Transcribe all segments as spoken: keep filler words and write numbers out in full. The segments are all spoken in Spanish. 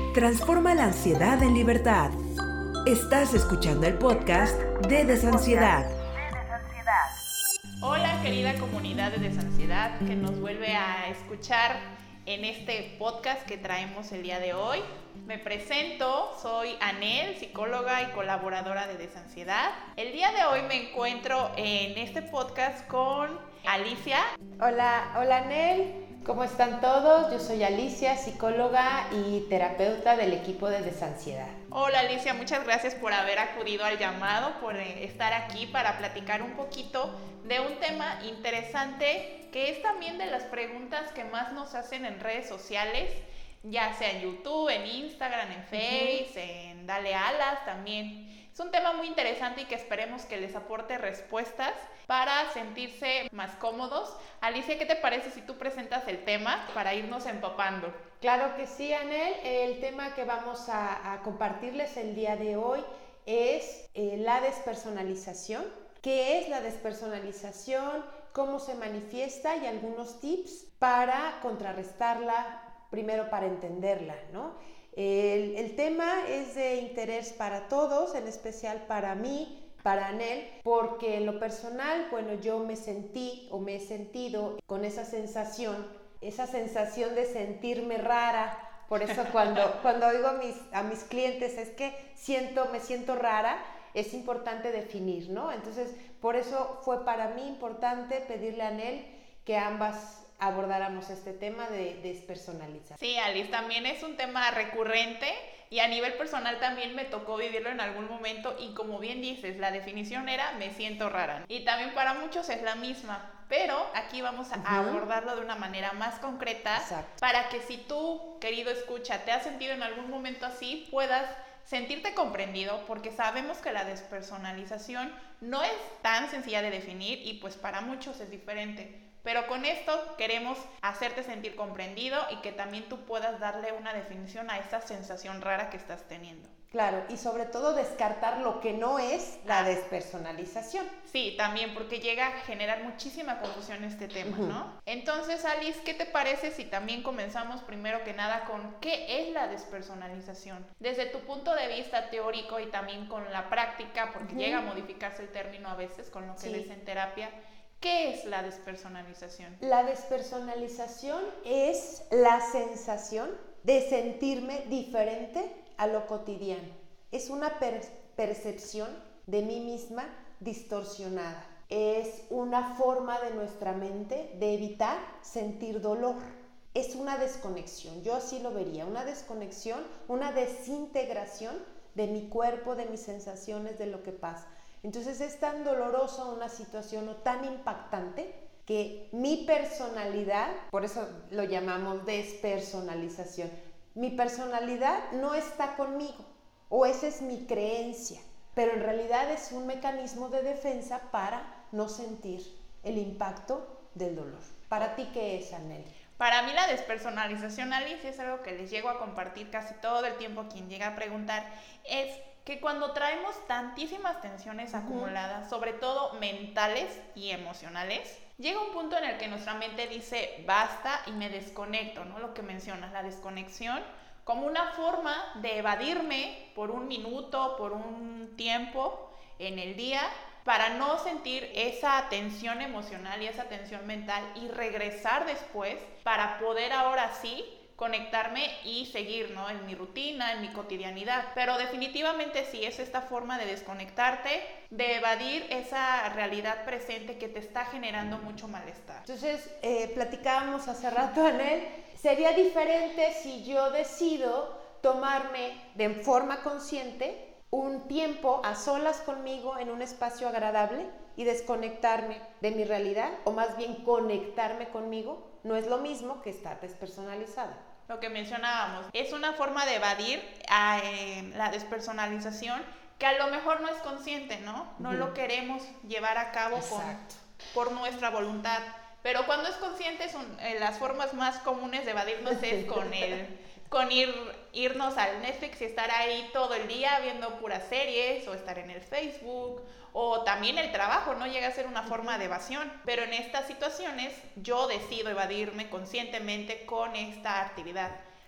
Transforma la ansiedad en libertad. Estás escuchando el podcast de Desansiedad. Hola querida comunidad de Desansiedad que nos vuelve a escuchar en este podcast que traemos el día de hoy. Me presento, soy Anel, psicóloga y colaboradora de Desansiedad. El día de hoy me encuentro en este podcast con Alicia. Hola, hola Anel, ¿cómo están todos? Yo soy Alicia, psicóloga y terapeuta del equipo de Desansiedad. Hola Alicia, muchas gracias por haber acudido al llamado, por estar aquí para platicar un poquito de un tema interesante que es también de las preguntas que más nos hacen en redes sociales, ya sea en YouTube, en Instagram, en Face, uh-huh. en Dale Alas también. Es un tema muy interesante y que esperemos que les aporte respuestas para sentirse más cómodos. Alicia, ¿qué te parece si tú presentas el tema para irnos empapando? Claro que sí, Anel. El tema que vamos a, a compartirles el día de hoy es eh, la despersonalización. ¿Qué es la despersonalización? ¿Cómo se manifiesta? Y algunos tips para contrarrestarla, primero para entenderla, ¿no? El, el tema es de interés para todos, en especial para mí, para Anel, porque en lo personal, bueno, yo me sentí o me he sentido con esa sensación, esa sensación de sentirme rara. Por eso cuando, cuando oigo a mis, a mis clientes es que siento, me siento rara, es importante definir, ¿no? Entonces, por eso fue para mí importante pedirle a Anel que ambas abordáramos este tema de despersonalización. Sí, Alice, también es un tema recurrente y a nivel personal también me tocó vivirlo en algún momento y como bien dices, la definición era me siento rara. Y también para muchos es la misma, pero aquí vamos a uh-huh. abordarlo de una manera más concreta. Exacto. Para que si tú, querido escucha, te has sentido en algún momento así, puedas sentirte comprendido, porque sabemos que la despersonalización no es tan sencilla de definir y pues para muchos es diferente. Pero con esto queremos hacerte sentir comprendido y que también tú puedas darle una definición a esta sensación rara que estás teniendo. Claro, y sobre todo descartar lo que no es la despersonalización. Sí, también, porque llega a generar muchísima confusión este tema, uh-huh. ¿no? Entonces, Alice, ¿qué te parece si también comenzamos primero que nada con qué es la despersonalización? Desde tu punto de vista teórico y también con la práctica, porque uh-huh. llega a modificarse el término a veces con lo que sí. ves en terapia. ¿Qué es la despersonalización? La despersonalización es la sensación de sentirme diferente a lo cotidiano. Es una per- percepción de mí misma distorsionada. Es una forma de nuestra mente de evitar sentir dolor. Es una desconexión, yo así lo vería, una desconexión, una desintegración de mi cuerpo, de mis sensaciones, de lo que pasa. Entonces es tan dolorosa una situación o tan impactante que mi personalidad, por eso lo llamamos despersonalización, mi personalidad no está conmigo o esa es mi creencia, pero en realidad es un mecanismo de defensa para no sentir el impacto del dolor. ¿Para ti qué es, Anel? Para mí la despersonalización, Alice, es algo que les llego a compartir casi todo el tiempo a quien llega a preguntar, es que cuando traemos tantísimas tensiones uh-huh. acumuladas, sobre todo mentales y emocionales, llega un punto en el que nuestra mente dice basta y me desconecto, ¿no? Lo que mencionas, la desconexión, como una forma de evadirme por un minuto, por un tiempo en el día, para no sentir esa tensión emocional y esa tensión mental y regresar después para poder ahora sí conectarme y seguir, ¿no? En mi rutina, en mi cotidianidad. Pero definitivamente sí es esta forma de desconectarte, de evadir esa realidad presente que te está generando mucho malestar. Entonces, eh, platicábamos hace rato, Anel, sería diferente si yo decido tomarme de forma consciente un tiempo a solas conmigo en un espacio agradable y desconectarme de mi realidad, o más bien conectarme conmigo, no es lo mismo que estar despersonalizada. Lo que mencionábamos, es una forma de evadir a, eh, la despersonalización que a lo mejor no es consciente, ¿no? No uh-huh. lo queremos llevar a cabo con, por nuestra voluntad. Pero cuando es consciente, son, eh, las formas más comunes de evadirnos es con el... con ir, irnos al Netflix y estar ahí todo el día viendo puras series o estar en el Facebook o también el trabajo, no llega a ser una forma de evasión, pero en estas situaciones yo decido evadirme conscientemente con esta actividad.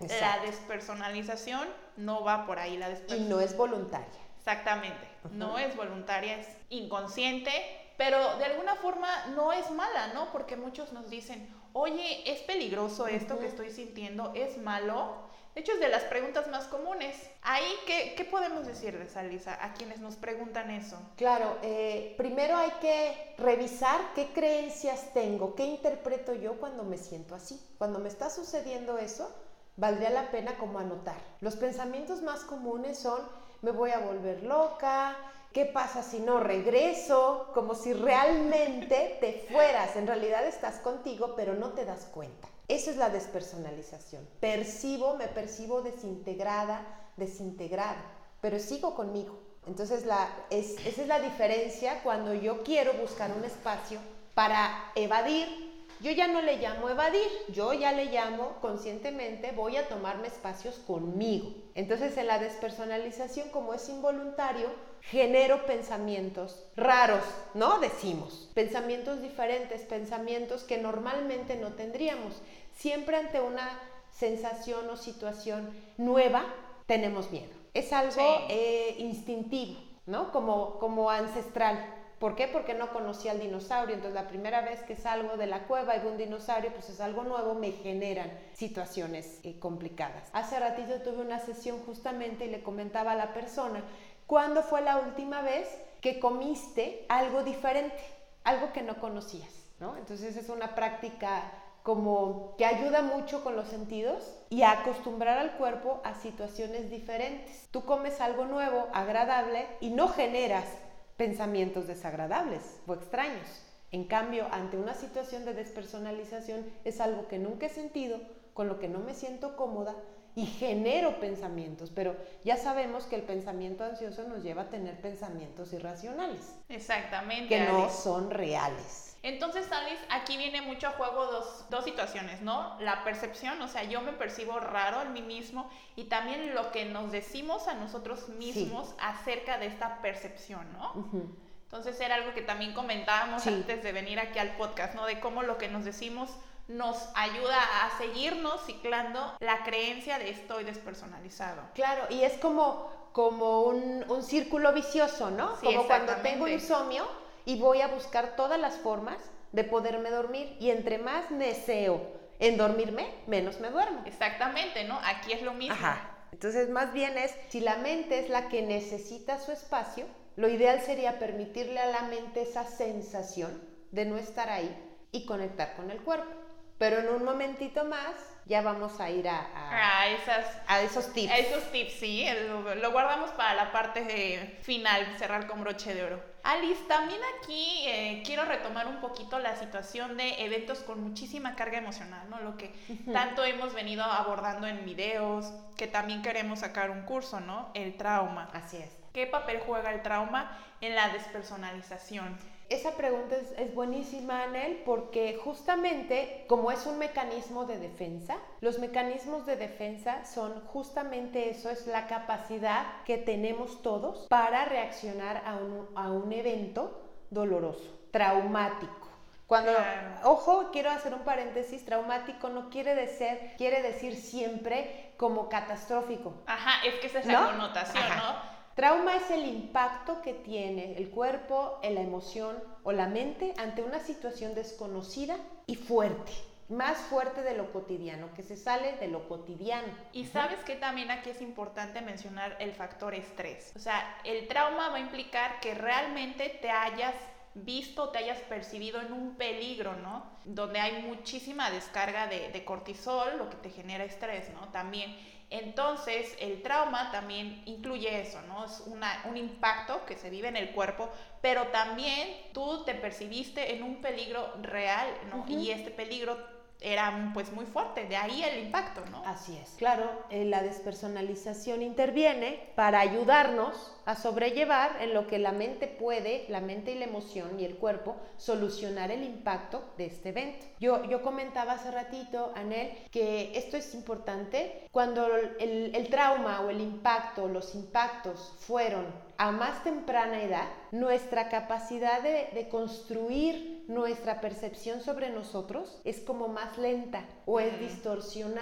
Exacto. La despersonalización no va por ahí. La despersonalización. Y no es voluntaria. Exactamente, uh-huh. No es voluntaria, es inconsciente, pero de alguna forma no es mala, ¿no? Porque muchos nos dicen, oye, ¿es peligroso esto uh-huh. que estoy sintiendo? ¿Es malo? De hecho, es de las preguntas más comunes. Ahí, ¿qué, qué podemos decirles, Alisa, a quienes nos preguntan eso? Claro, eh, primero hay que revisar qué creencias tengo, qué interpreto yo cuando me siento así. Cuando me está sucediendo eso, valdría la pena como anotar. Los pensamientos más comunes son, me voy a volver loca, ¿qué pasa si no regreso? Como si realmente te fueras. En realidad estás contigo, pero no te das cuenta. Eso es la despersonalización. Percibo, me percibo desintegrada, desintegrada, pero sigo conmigo. Entonces, la, es, esa es la diferencia cuando yo quiero buscar un espacio para evadir. Yo ya no le llamo evadir, yo ya le llamo conscientemente, voy a tomarme espacios conmigo. Entonces, en la despersonalización, como es involuntario, genero pensamientos raros, ¿no? Decimos, pensamientos diferentes, pensamientos que normalmente no tendríamos. Siempre ante una sensación o situación nueva, tenemos miedo. Es algo sí. eh, instintivo, ¿no? Como, como ancestral. ¿Por qué? Porque no conocía al dinosaurio, entonces la primera vez que salgo de la cueva y veo un dinosaurio, pues es algo nuevo, me generan situaciones eh, complicadas. Hace ratito tuve una sesión justamente y le comentaba a la persona, ¿cuándo fue la última vez que comiste algo diferente, algo que no conocías, ¿no? Entonces es una práctica como que ayuda mucho con los sentidos y a acostumbrar al cuerpo a situaciones diferentes. Tú comes algo nuevo, agradable y no generas pensamientos desagradables o extraños. En cambio, ante una situación de despersonalización es algo que nunca he sentido, con lo que no me siento cómoda y genero pensamientos, pero ya sabemos que el pensamiento ansioso nos lleva a tener pensamientos irracionales. Exactamente. Que no son reales. Entonces, Alice, aquí viene mucho a juego dos, dos situaciones, ¿no? La percepción, o sea, yo me percibo raro en mí mismo y también lo que nos decimos a nosotros mismos sí. acerca de esta percepción, ¿no? Uh-huh. Entonces, era algo que también comentábamos sí. antes de venir aquí al podcast, ¿no? De cómo lo que nos decimos nos ayuda a seguirnos ciclando la creencia de estoy despersonalizado. Claro, y es como, como un, un círculo vicioso, ¿no? Sí, como cuando tengo insomnio y voy a buscar todas las formas de poderme dormir y entre más deseo en dormirme, menos me duermo. Exactamente, ¿no? Aquí es lo mismo. Ajá. Entonces, más bien es, si la mente es la que necesita su espacio, lo ideal sería permitirle a la mente esa sensación de no estar ahí y conectar con el cuerpo. Pero en un momentito más ya vamos a ir a, a, a, esas, a esos tips. A esos tips, sí. Lo, lo guardamos para la parte de final, cerrar con broche de oro. Alice, también aquí eh, quiero retomar un poquito la situación de eventos con muchísima carga emocional, ¿no? Lo que uh-huh. tanto hemos venido abordando en videos, que también queremos sacar un curso, ¿no? El trauma. Así es. ¿Qué papel juega el trauma en la despersonalización? Esa pregunta es, es buenísima, Anel, porque justamente como es un mecanismo de defensa, los mecanismos de defensa son justamente eso, es la capacidad que tenemos todos para reaccionar a un, a un evento doloroso, traumático. Cuando, claro. Ojo, quiero hacer un paréntesis, traumático no quiere decir, quiere decir siempre como catastrófico. Ajá, es que esa es la ¿no? connotación, Ajá. ¿no? Trauma es el impacto que tiene el cuerpo, la emoción o la mente ante una situación desconocida y fuerte, más fuerte de lo cotidiano, que se sale de lo cotidiano. Y sabes que también aquí es importante mencionar el factor estrés. O sea, el trauma va a implicar que realmente te hayas visto, te hayas percibido en un peligro, ¿no? Donde hay muchísima descarga de, de cortisol, lo que te genera estrés, ¿no? También. Entonces, el trauma también incluye eso, ¿no? Es una, un impacto que se vive en el cuerpo, pero también tú te percibiste en un peligro real, ¿no? Uh-huh. Y este peligro era pues muy fuerte, de ahí el impacto, ¿no? Así es. Claro, eh, la despersonalización interviene para ayudarnos a sobrellevar en lo que la mente puede, la mente y la emoción y el cuerpo, solucionar el impacto de este evento. Yo, yo comentaba hace ratito, Anel, que esto es importante cuando el, el trauma o el impacto, los impactos fueron a más temprana edad, nuestra capacidad de, de construir nuestra percepción sobre nosotros es como más lenta o es distorsionada.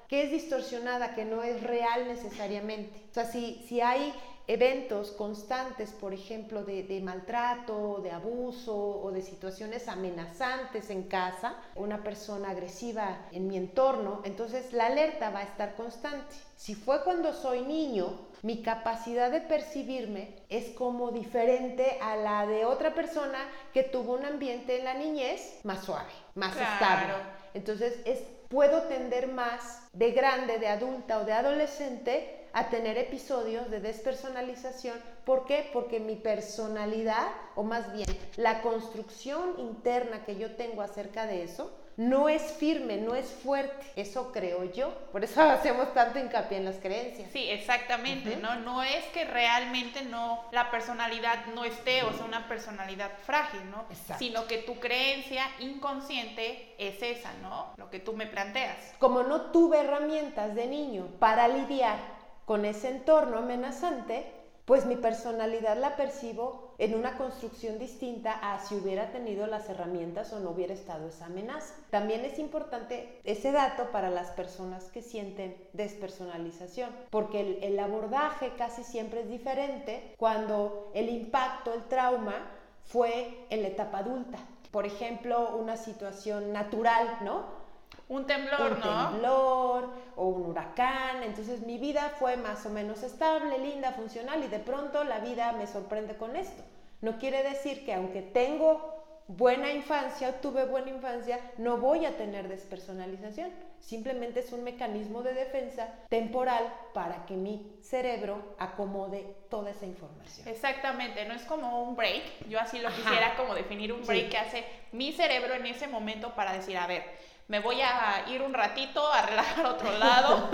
que es distorsionada, que no es real necesariamente. O sea, si, si hay eventos constantes, por ejemplo, de, de maltrato, de abuso o de situaciones amenazantes en casa, una persona agresiva en mi entorno, entonces la alerta va a estar constante. Si fue cuando soy niño, mi capacidad de percibirme es como diferente a la de otra persona que tuvo un ambiente en la niñez más suave, más claro. estable. Entonces es, puedo tender más de grande, de adulta o de adolescente a tener episodios de despersonalización. ¿Por qué? Porque mi personalidad, o más bien la construcción interna que yo tengo acerca de eso, no es firme, no es fuerte. Eso creo yo. Por eso hacemos tanto hincapié en las creencias. Sí, exactamente, Uh-huh. ¿no? No es que realmente no, la personalidad no esté, o sea, una personalidad frágil, ¿no? Exacto. Sino que tu creencia inconsciente es esa, ¿no? Lo que tú me planteas. Como no tuve herramientas de niño para lidiar con ese entorno amenazante, pues mi personalidad la percibo en una construcción distinta a si hubiera tenido las herramientas o no hubiera estado esa amenaza. También es importante ese dato para las personas que sienten despersonalización, porque el, el abordaje casi siempre es diferente cuando el impacto, el trauma, fue en la etapa adulta. Por ejemplo, una situación natural, ¿no? Un temblor, un ¿no? temblor o un huracán. Entonces mi vida fue más o menos estable, linda, funcional, y de pronto la vida me sorprende con esto. No quiere decir que aunque tengo buena infancia o tuve buena infancia, no voy a tener despersonalización. Simplemente es un mecanismo de defensa temporal para que mi cerebro acomode toda esa información. Exactamente, no es como un break. Yo así lo Ajá. quisiera como definir, un break Sí. que hace mi cerebro en ese momento para decir, a ver, me voy a ir un ratito a relajar a otro lado.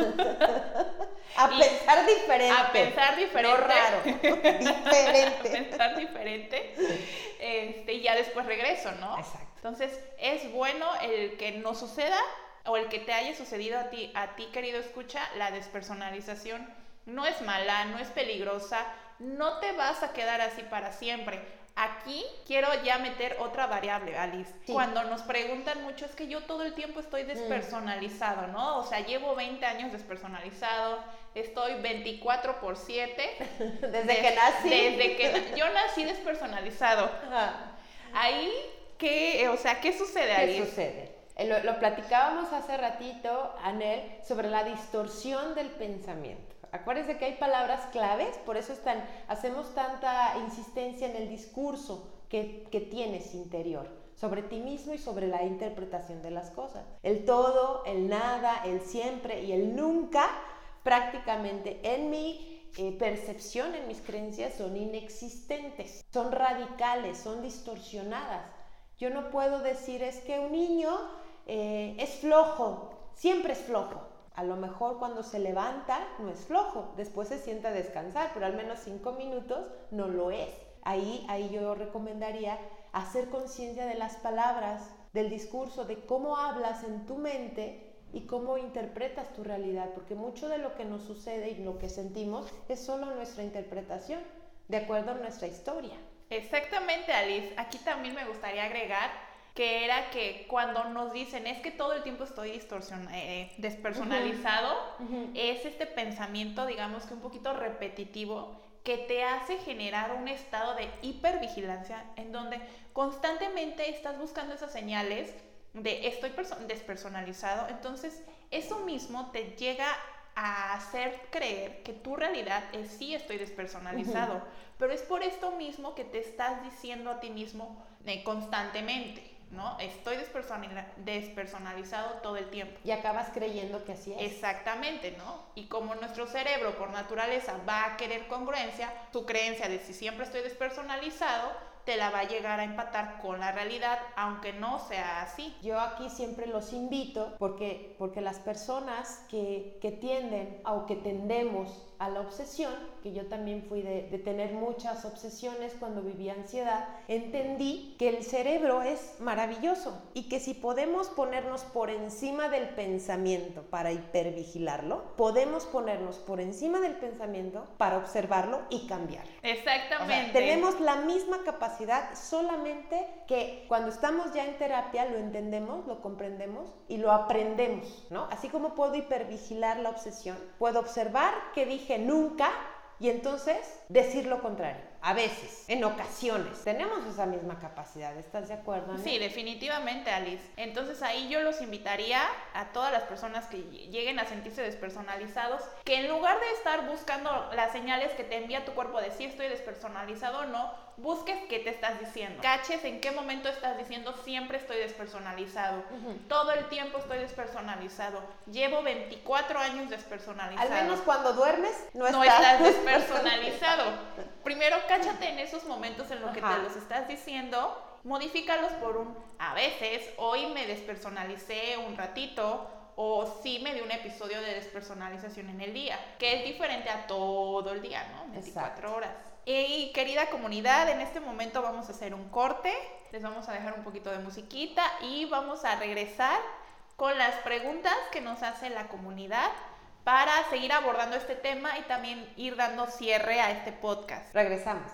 A Y pensar diferente. A pensar diferente. No raro. Diferente. A pensar diferente. Este, y ya después regreso, ¿no? Exacto. Entonces, es bueno el que no suceda o el que te haya sucedido a ti, a ti, querido escucha, la despersonalización no es mala, no es peligrosa, no te vas a quedar así para siempre. Aquí quiero ya meter otra variable, Alice. Sí. Cuando nos preguntan mucho, es que yo todo el tiempo estoy despersonalizado, ¿no? O sea, llevo veinte años despersonalizado, estoy veinticuatro por siete. Desde des- que nací. Desde que na- yo nací despersonalizado. Ajá. Ahí, ¿qué, o sea, qué sucede ahí? ¿Qué sucede? Eh, Lo, lo platicábamos hace ratito, Anel, sobre la distorsión del pensamiento. Acuérdense que hay palabras claves, por eso están, hacemos tanta insistencia en el discurso que, que tienes interior, sobre ti mismo y sobre la interpretación de las cosas. El todo, el nada, el siempre y el nunca, prácticamente en mi eh, percepción, en mis creencias, son inexistentes, son radicales, son distorsionadas. Yo no puedo decir es que un niño eh, es flojo, siempre es flojo. A lo mejor cuando se levanta no es flojo, después se sienta a descansar, pero al menos cinco minutos no lo es. Ahí, ahí yo recomendaría hacer conciencia de las palabras, del discurso, de cómo hablas en tu mente y cómo interpretas tu realidad, porque mucho de lo que nos sucede y lo que sentimos es solo nuestra interpretación, de acuerdo a nuestra historia. Exactamente, Alice. Aquí también me gustaría agregar que era que cuando nos dicen es que todo el tiempo estoy distorsion eh, despersonalizado, Uh-huh. es este pensamiento, digamos que un poquito repetitivo, que te hace generar un estado de hipervigilancia en donde constantemente estás buscando esas señales de estoy despersonalizado. Entonces eso mismo te llega a hacer creer que tu realidad es sí estoy despersonalizado, uh-huh. pero es por esto mismo que te estás diciendo a ti mismo eh, constantemente, ¿no? Estoy despersonalizado todo el tiempo. Y acabas creyendo que así es. Exactamente, ¿no? Y como nuestro cerebro por naturaleza va a querer congruencia, tu creencia de si siempre estoy despersonalizado te la va a llegar a empatar con la realidad, aunque no sea así. Yo aquí siempre los invito porque, porque las personas que, que tienden o que tendemos a la obsesión, que yo también fui de, de tener muchas obsesiones cuando vivía ansiedad, entendí que el cerebro es maravilloso y que si podemos ponernos por encima del pensamiento para hipervigilarlo, podemos ponernos por encima del pensamiento para observarlo y cambiarlo. Exactamente. O sea, tenemos la misma capacidad capacidad, solamente que cuando estamos ya en terapia lo entendemos, lo comprendemos y lo aprendemos, ¿no? Así como puedo hipervigilar la obsesión, puedo observar que dije nunca y entonces decir lo contrario. A veces, en ocasiones, tenemos esa misma capacidad. ¿Estás de acuerdo, Ana? Sí, definitivamente, Alice. Entonces ahí yo los invitaría a todas las personas que lleguen a sentirse despersonalizados, que en lugar de estar buscando las señales que te envía tu cuerpo de si estoy despersonalizado o no, busques qué te estás diciendo. Caches en qué momento estás diciendo siempre estoy despersonalizado. Uh-huh. Todo el tiempo estoy despersonalizado. Llevo veinticuatro años despersonalizado. Al menos cuando duermes no estás, no estás despersonalizado. Primero, cáchate en esos momentos en los que Ajá. te los estás diciendo, modifícalos por un a veces, hoy me despersonalicé un ratito, o sí me dio un episodio de despersonalización en el día, que es diferente a todo el día, ¿no? veinticuatro Exacto. horas. Y querida comunidad, en este momento vamos a hacer un corte, les vamos a dejar un poquito de musiquita y vamos a regresar con las preguntas que nos hace la comunidad para seguir abordando este tema y también ir dando cierre a este podcast. Regresamos.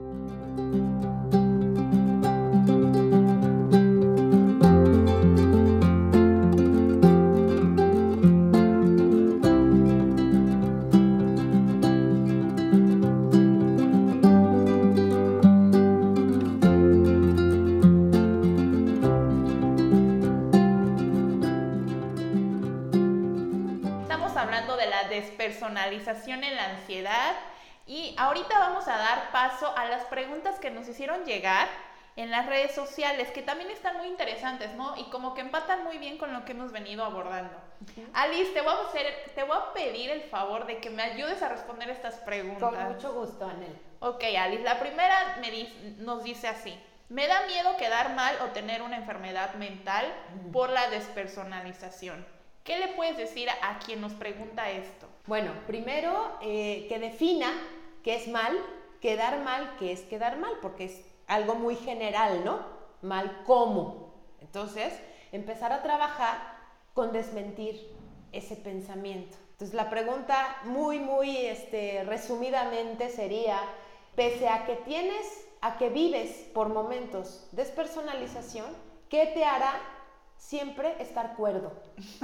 Despersonalización en la ansiedad y ahorita vamos a dar paso a las preguntas que nos hicieron llegar en las redes sociales, que también están muy interesantes, ¿no? Y como que empatan muy bien con lo que hemos venido abordando. Uh-huh. Alice, te voy a hacer, te voy a pedir el favor de que me ayudes a responder estas preguntas. Con mucho gusto, Anel. Ok, Alice, la primera me dice, nos dice así: me da miedo quedar mal o tener una enfermedad mental uh-huh. por la despersonalización. ¿Qué le puedes decir a quien nos pregunta esto? Bueno, primero eh, que defina qué es mal, quedar mal, qué es quedar mal, porque es algo muy general, ¿no? Mal cómo. Entonces, empezar a trabajar con desmentir ese pensamiento. Entonces, la pregunta muy, muy este, resumidamente sería, pese a que tienes, a que vives por momentos despersonalización, ¿qué te hará siempre estar cuerdo?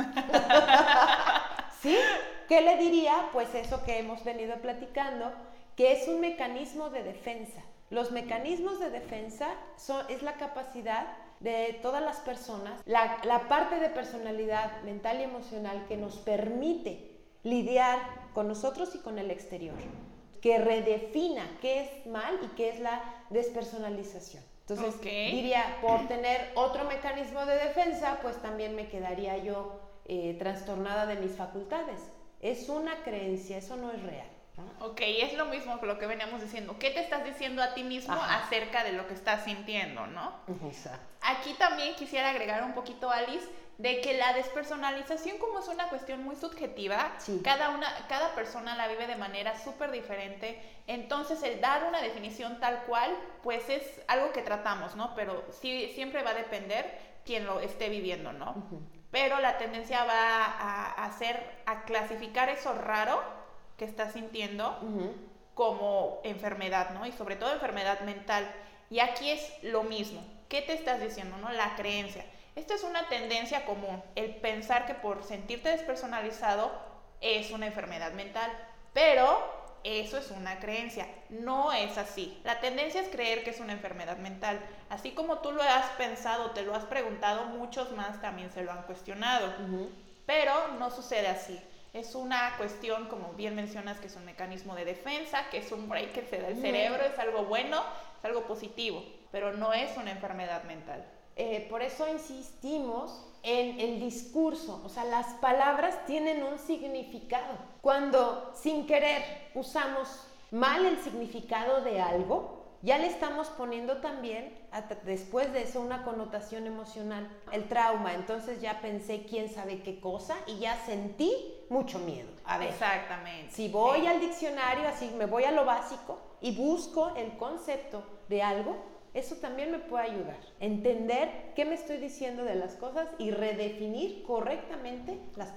¿Sí? ¿Qué le diría? Pues eso que hemos venido platicando, que es un mecanismo de defensa. Los mecanismos de defensa son, es la capacidad de todas las personas, la, la parte de personalidad mental y emocional que nos permite lidiar con nosotros y con el exterior, que redefina qué es mal y qué es la despersonalización. Entonces, okay. diría, por tener otro mecanismo de defensa, pues también me quedaría yo eh, trastornada de mis facultades. Es una creencia, eso no es real. ¿no? Ok, es lo mismo que lo que veníamos diciendo. ¿Qué te estás diciendo a ti mismo Ajá. acerca de lo que estás sintiendo, no? Exacto. Aquí también quisiera agregar un poquito, Alice, de que la despersonalización, como es una cuestión muy subjetiva, sí. cada, una, cada persona la vive de manera súper diferente, entonces el dar una definición tal cual, pues es algo que tratamos, ¿no? Pero sí, siempre va a depender quien lo esté viviendo, ¿no? Uh-huh. Pero la tendencia va a hacer, a clasificar eso raro que estás sintiendo uh-huh. como enfermedad, ¿no? Y sobre todo enfermedad mental. Y aquí es lo mismo. ¿Qué te estás diciendo, no? La creencia. Esta es una tendencia común, el pensar que por sentirte despersonalizado es una enfermedad mental, pero eso es una creencia, no es así. La tendencia es creer que es una enfermedad mental, así como tú lo has pensado, te lo has preguntado, muchos más también se lo han cuestionado, uh-huh. pero no sucede así. Es una cuestión, como bien mencionas, que es un mecanismo de defensa, que es un break que se da el uh-huh. cerebro, es algo bueno, es algo positivo, pero no es una enfermedad mental. Eh, por eso insistimos en el discurso, o sea, las palabras tienen un significado. Cuando sin querer usamos mal el significado de algo, ya le estamos poniendo también, después de eso, una connotación emocional, el trauma. Entonces ya pensé quién sabe qué cosa y ya sentí mucho miedo. A ver, exactamente. Si voy sí. al diccionario, así me voy a lo básico y busco el concepto de algo, eso también me puede ayudar. Entender qué me estoy diciendo de las cosas y redefinir correctamente las palabras.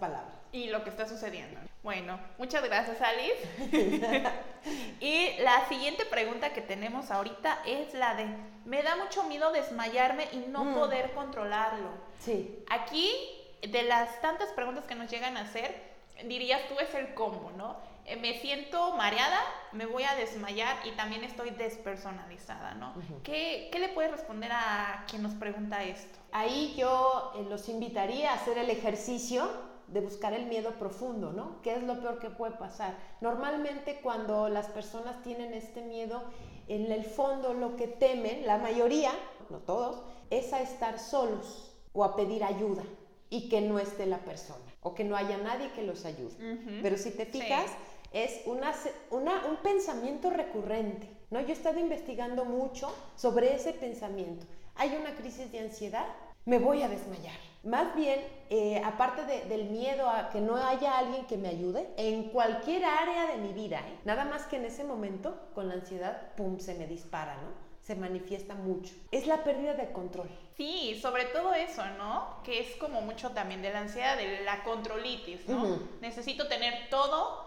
Y lo que está sucediendo. Bueno, muchas gracias, Alice. Y la siguiente pregunta que tenemos ahorita es la de, me da mucho miedo desmayarme y no mm. poder controlarlo. Sí. Aquí, de las tantas preguntas que nos llegan a hacer, dirías tú es el combo, ¿no? Eh, me siento mareada, me voy a desmayar y también estoy despersonalizada, ¿no? Uh-huh. ¿Qué, ¿Qué le puedes responder a quien nos pregunta esto? Ahí yo eh, los invitaría a hacer el ejercicio de buscar el miedo profundo, ¿no? ¿Qué es lo peor que puede pasar? Normalmente cuando las personas tienen este miedo, en el fondo lo que temen, la mayoría, no todos, es a estar solos o a pedir ayuda y que no esté la persona o que no haya nadie que los ayude. Uh-huh. Pero si te fijas, sí. es una, una, un pensamiento recurrente, ¿no? Yo he estado investigando mucho sobre ese pensamiento. Hay una crisis de ansiedad, me voy a desmayar. Más bien, eh, aparte de, del miedo a que no haya alguien que me ayude, en cualquier área de mi vida, ¿eh? Nada más que en ese momento, con la ansiedad, pum, se me dispara, ¿no? Se manifiesta mucho. Es la pérdida de control. Sí, sobre todo eso, ¿no? Que es como mucho también de la ansiedad, de la controlitis, ¿no? Uh-huh. Necesito tener todo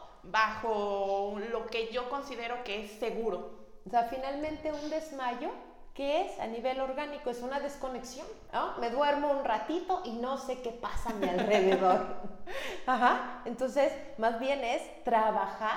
bajo lo que yo considero que es seguro. O sea, finalmente un desmayo, ¿qué es? A nivel orgánico, es una desconexión, ¿no? Me duermo un ratito y no sé qué pasa a mi alrededor. Ajá. Entonces, más bien es trabajar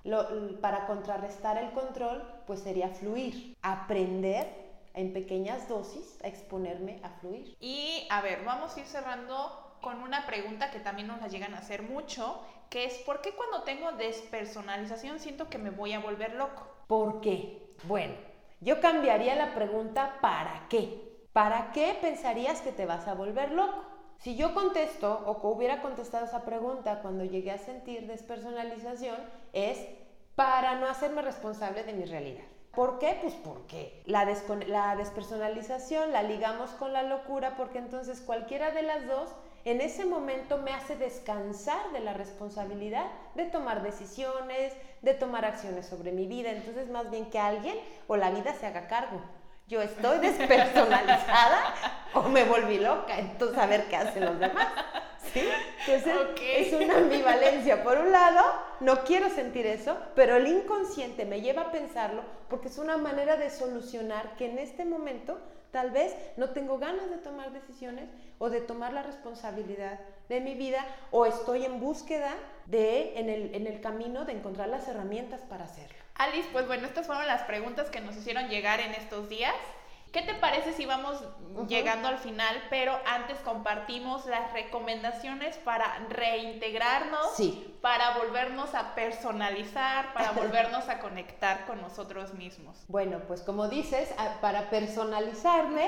lo, para contrarrestar el control, pues sería fluir, aprender en pequeñas dosis a exponerme a fluir. Y, a ver, vamos a ir cerrando con una pregunta que también nos la llegan a hacer mucho, que es, ¿por qué cuando tengo despersonalización siento que me voy a volver loco? ¿Por qué? Bueno, yo cambiaría la pregunta ¿para qué? ¿Para qué pensarías que te vas a volver loco? Si yo contesto o que hubiera contestado esa pregunta cuando llegué a sentir despersonalización, es para no hacerme responsable de mi realidad. ¿Por qué? Pues porque la, descon- la despersonalización la ligamos con la locura, porque entonces cualquiera de las dos en ese momento me hace descansar de la responsabilidad de tomar decisiones, de tomar acciones sobre mi vida. Entonces, más bien que alguien o la vida se haga cargo. Yo estoy despersonalizada o me volví loca, entonces a ver qué hacen los demás. ¿Sí? Entonces, okay. Es una ambivalencia. Por un lado, no quiero sentir eso, pero el inconsciente me lleva a pensarlo porque es una manera de solucionar que en este momento tal vez no tengo ganas de tomar decisiones o de tomar la responsabilidad de mi vida, o estoy en búsqueda de, en el, en el camino de encontrar las herramientas para hacerlo. Alice, pues bueno, estas fueron las preguntas que nos hicieron llegar en estos días. ¿Qué te parece si vamos uh-huh. llegando al final, pero antes compartimos las recomendaciones para reintegrarnos, sí. para volvernos a personalizar, para volvernos a conectar con nosotros mismos? Bueno, pues como dices, para personalizarme,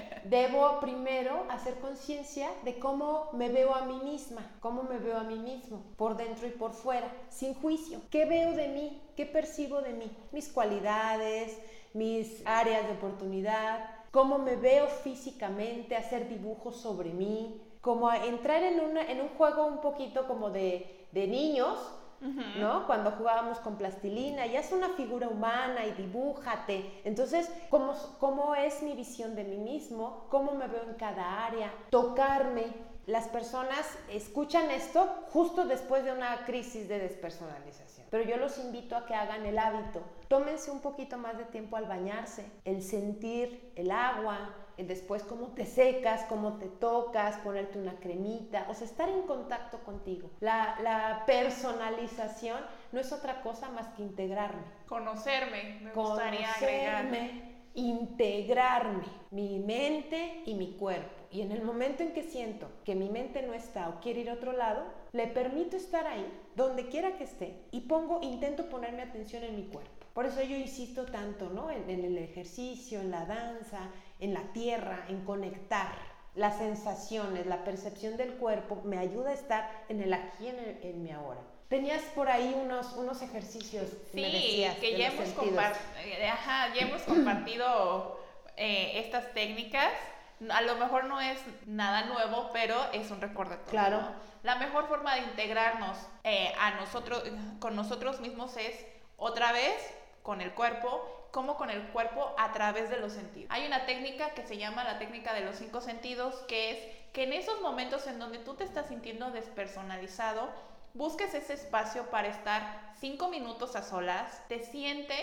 debo primero hacer conciencia de cómo me veo a mí misma, cómo me veo a mí mismo, por dentro y por fuera, sin juicio. ¿Qué veo de mí? ¿Qué percibo de mí? Mis cualidades, mis áreas de oportunidad, cómo me veo físicamente, hacer dibujos sobre mí, como entrar en, una, en un juego un poquito como de, de niños, uh-huh. ¿no? Cuando jugábamos con plastilina, y haz una figura humana y dibújate. Entonces, ¿cómo, cómo es mi visión de mí mismo? ¿Cómo me veo en cada área? Tocarme. Las personas escuchan esto justo después de una crisis de despersonalización. Pero yo los invito a que hagan el hábito. Tómense un poquito más de tiempo al bañarse, el sentir el agua, el después cómo te secas, cómo te tocas, ponerte una cremita, o sea, estar en contacto contigo. La, la personalización no es otra cosa más que integrarme. Conocerme, me gustaría agregar. Conocerme, integrarme, mi mente y mi cuerpo. Y en el momento en que siento que mi mente no está o quiere ir a otro lado, le permito estar ahí, donde quiera que esté, y pongo, intento ponerme atención en mi cuerpo. Por eso yo insisto tanto, ¿no? En, en el ejercicio, en la danza, en la tierra, en conectar. Las sensaciones, la percepción del cuerpo me ayuda a estar en el aquí, en, el, en mi ahora. Tenías por ahí unos, unos ejercicios, sí, me decías, que ya hemos, compart- Ajá, ya hemos compartido eh, estas técnicas. A lo mejor no es nada nuevo, pero es un recordatorio. Claro. ¿no? La mejor forma de integrarnos eh, a nosotros, con nosotros mismos es, otra vez, con el cuerpo, como con el cuerpo a través de los sentidos. Hay una técnica que se llama la técnica de los cinco sentidos, que es que en esos momentos en donde tú te estás sintiendo despersonalizado, busques ese espacio para estar cinco minutos a solas, te sientes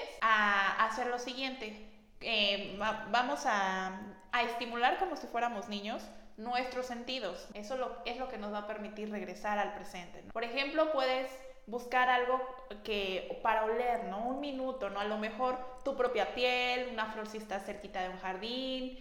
a hacer lo siguiente. Eh, va, vamos a, a estimular como si fuéramos niños nuestros sentidos. Eso lo, es lo que nos va a permitir regresar al presente, ¿no? Por ejemplo, puedes buscar algo que para oler, ¿no? Un minuto, ¿no? A lo mejor tu propia piel, una flor si está cerquita de un jardín,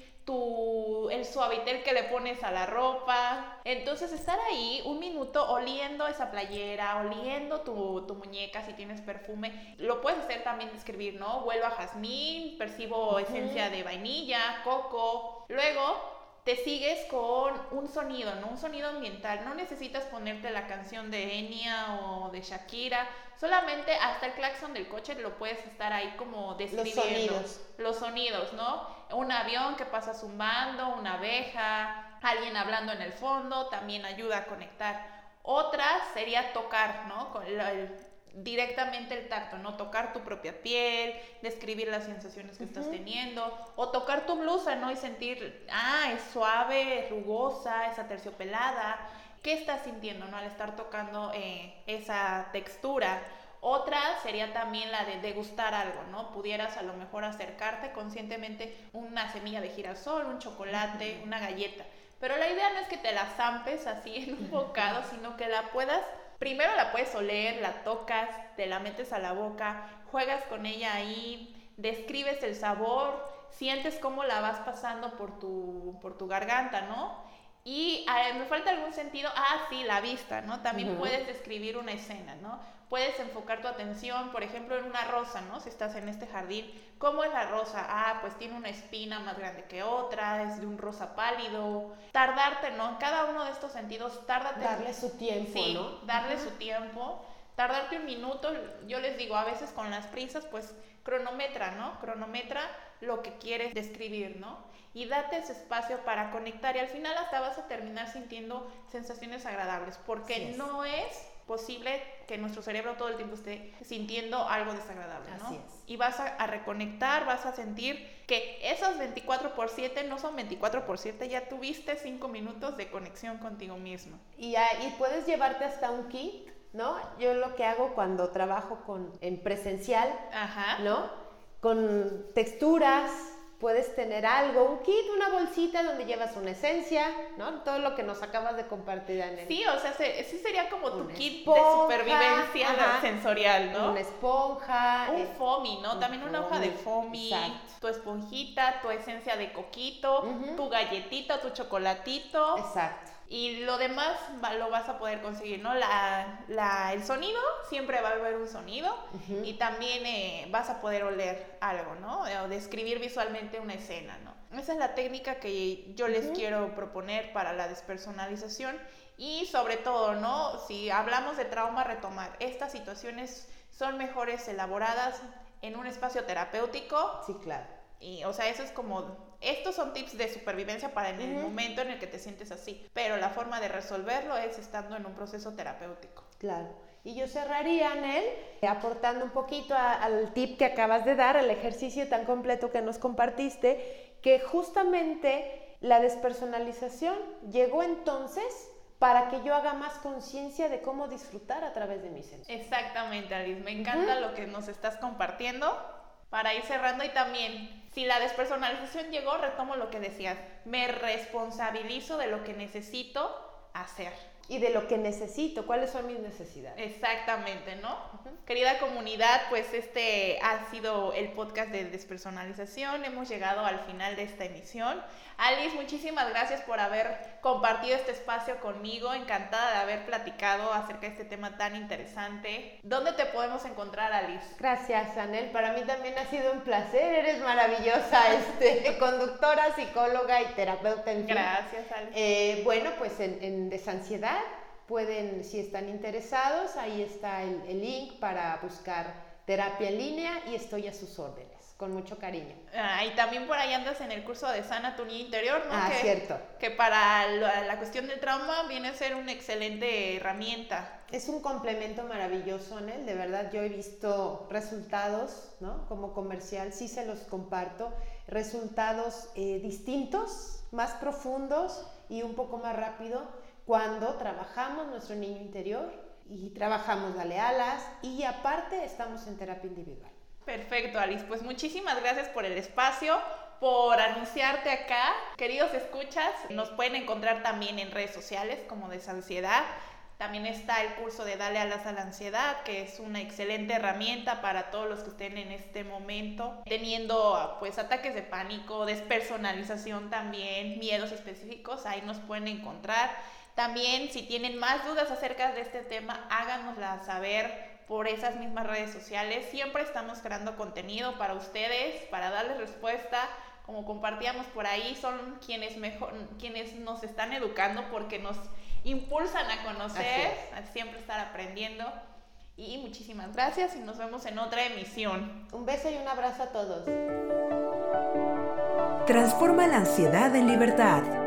tu, el suavitel que le pones a la ropa. Entonces estar ahí un minuto oliendo esa playera, oliendo tu, tu muñeca si tienes perfume. Lo puedes hacer también describir, ¿no? Huelo a jazmín, percibo uh-huh. esencia de vainilla, coco. Luego te sigues con un sonido, ¿no? Un sonido ambiental. No necesitas ponerte la canción de Enya o de Shakira. Solamente hasta el claxon del coche lo puedes estar ahí como describiendo. Los sonidos. Los sonidos, ¿no? Un avión que pasa zumbando, una abeja, alguien hablando en el fondo, también ayuda a conectar. Otra sería tocar, ¿no? Con el, el, directamente el tacto, ¿no? Tocar tu propia piel, describir las sensaciones que uh-huh. estás teniendo, o tocar tu blusa, ¿no? Y sentir, ah, es suave, es rugosa, es aterciopelada. ¿Qué estás sintiendo, no? Al estar tocando eh, esa textura. Otra sería también la de degustar algo, ¿no? Pudieras a lo mejor acercarte conscientemente una semilla de girasol, un chocolate, uh-huh. una galleta. Pero la idea no es que te la zampes así en un bocado, sino que la puedas, primero la puedes oler, la tocas, te la metes a la boca, juegas con ella ahí, describes el sabor, sientes cómo la vas pasando por tu, por tu garganta, ¿no? Y eh, me falta algún sentido, ah, sí, la vista, ¿no? También uh-huh. puedes describir una escena, ¿no? Puedes enfocar tu atención, por ejemplo, en una rosa, ¿no? Si estás en este jardín, ¿cómo es la rosa? Ah, pues tiene una espina más grande que otra, es de un rosa pálido. Tardarte, ¿no? En cada uno de estos sentidos, tárdate. Darle su tiempo, sí, ¿no? darle uh-huh. su tiempo. Tardarte un minuto, yo les digo, a veces con las prisas, pues cronometra, ¿no? Cronometra lo que quieres describir, ¿no? Y date ese espacio para conectar y al final hasta vas a terminar sintiendo sensaciones agradables, porque es. no es posible que nuestro cerebro todo el tiempo esté sintiendo algo desagradable, ¿no? Así es. Y vas a, a reconectar, vas a sentir que esos veinticuatro por siete no son veinticuatro por siete, ya tuviste cinco minutos de conexión contigo mismo. Y, y puedes llevarte hasta un kit, ¿no? Yo lo que hago cuando trabajo con, en presencial, Ajá. ¿no? Con texturas, puedes tener algo, un kit, una bolsita donde llevas una esencia, ¿no? Todo lo que nos acabas de compartir, Anel. Sí, o sea, se, sí sería como tu una kit esponja, de supervivencia ajá, sensorial, ¿no? Una esponja. Un eh, foamy, ¿no? Un También una hoja de foamy, exacto. Tu esponjita, tu esencia de coquito, uh-huh. tu galletita, tu chocolatito. Exacto. Y lo demás va, lo vas a poder conseguir, ¿no? La, la, el sonido, siempre va a haber un sonido. Uh-huh. Y también eh, vas a poder oler algo, ¿no? O describir visualmente una escena, ¿no? Esa es la técnica que yo les uh-huh. quiero proponer para la despersonalización. Y sobre todo, ¿no? Si hablamos de trauma, retomar. Estas situaciones son mejores elaboradas en un espacio terapéutico. Sí, claro. Y, o sea, eso es como... Estos son tips de supervivencia para en el uh-huh. momento en el que te sientes así. Pero la forma de resolverlo es estando en un proceso terapéutico. Claro. Y yo cerraría, Anel, aportando un poquito a, al tip que acabas de dar, al ejercicio tan completo que nos compartiste, que justamente la despersonalización llegó entonces para que yo haga más conciencia de cómo disfrutar a través de mis sentidos. Exactamente, Alice. Me encanta uh-huh. lo que nos estás compartiendo. Para ir cerrando, y también, si la despersonalización llegó, retomo lo que decías, me responsabilizo de lo que necesito hacer. Y de lo que necesito, ¿cuáles son mis necesidades? Exactamente, ¿no? Uh-huh. Querida comunidad, pues este ha sido el podcast de despersonalización, hemos llegado al final de esta emisión. Alice, muchísimas gracias por haber compartido este espacio conmigo, encantada de haber platicado acerca de este tema tan interesante. ¿Dónde te podemos encontrar, Alice? Gracias, Anel, para mí también ha sido un placer, eres maravillosa, este, conductora, psicóloga y terapeuta, en fin. Gracias, Alice. Eh, bueno, pues en, en Desansiedad pueden, si están interesados, ahí está el, el link para buscar terapia en línea y estoy a sus órdenes. con mucho cariño. Ah, y también por ahí andas en el curso de Sana tu Niño Interior, ¿no? Ah, que, cierto. Que para la, la cuestión del trauma viene a ser una excelente herramienta. Es un complemento maravilloso, Anel. De verdad, yo he visto resultados, ¿no? Como comercial, sí se los comparto. Resultados eh, distintos, más profundos y un poco más rápido cuando trabajamos nuestro niño interior y trabajamos Dale Alas y aparte estamos en terapia individual. Perfecto, Alice. Pues muchísimas gracias por el espacio, por anunciarte acá. Queridos escuchas, nos pueden encontrar también en redes sociales como Desansiedad. También está el curso de Dale Alas a la Ansiedad, que es una excelente herramienta para todos los que estén en este momento teniendo pues ataques de pánico, despersonalización también, miedos específicos. Ahí nos pueden encontrar. También, si tienen más dudas acerca de este tema, háganoslas saber por esas mismas redes sociales. Siempre estamos creando contenido para ustedes, para darles respuesta. Como compartíamos por ahí, son quienes, mejor, quienes nos están educando porque nos impulsan a conocer, a siempre estar aprendiendo. Y muchísimas gracias y nos vemos en otra emisión. Un beso y un abrazo a todos. Transforma la ansiedad en libertad.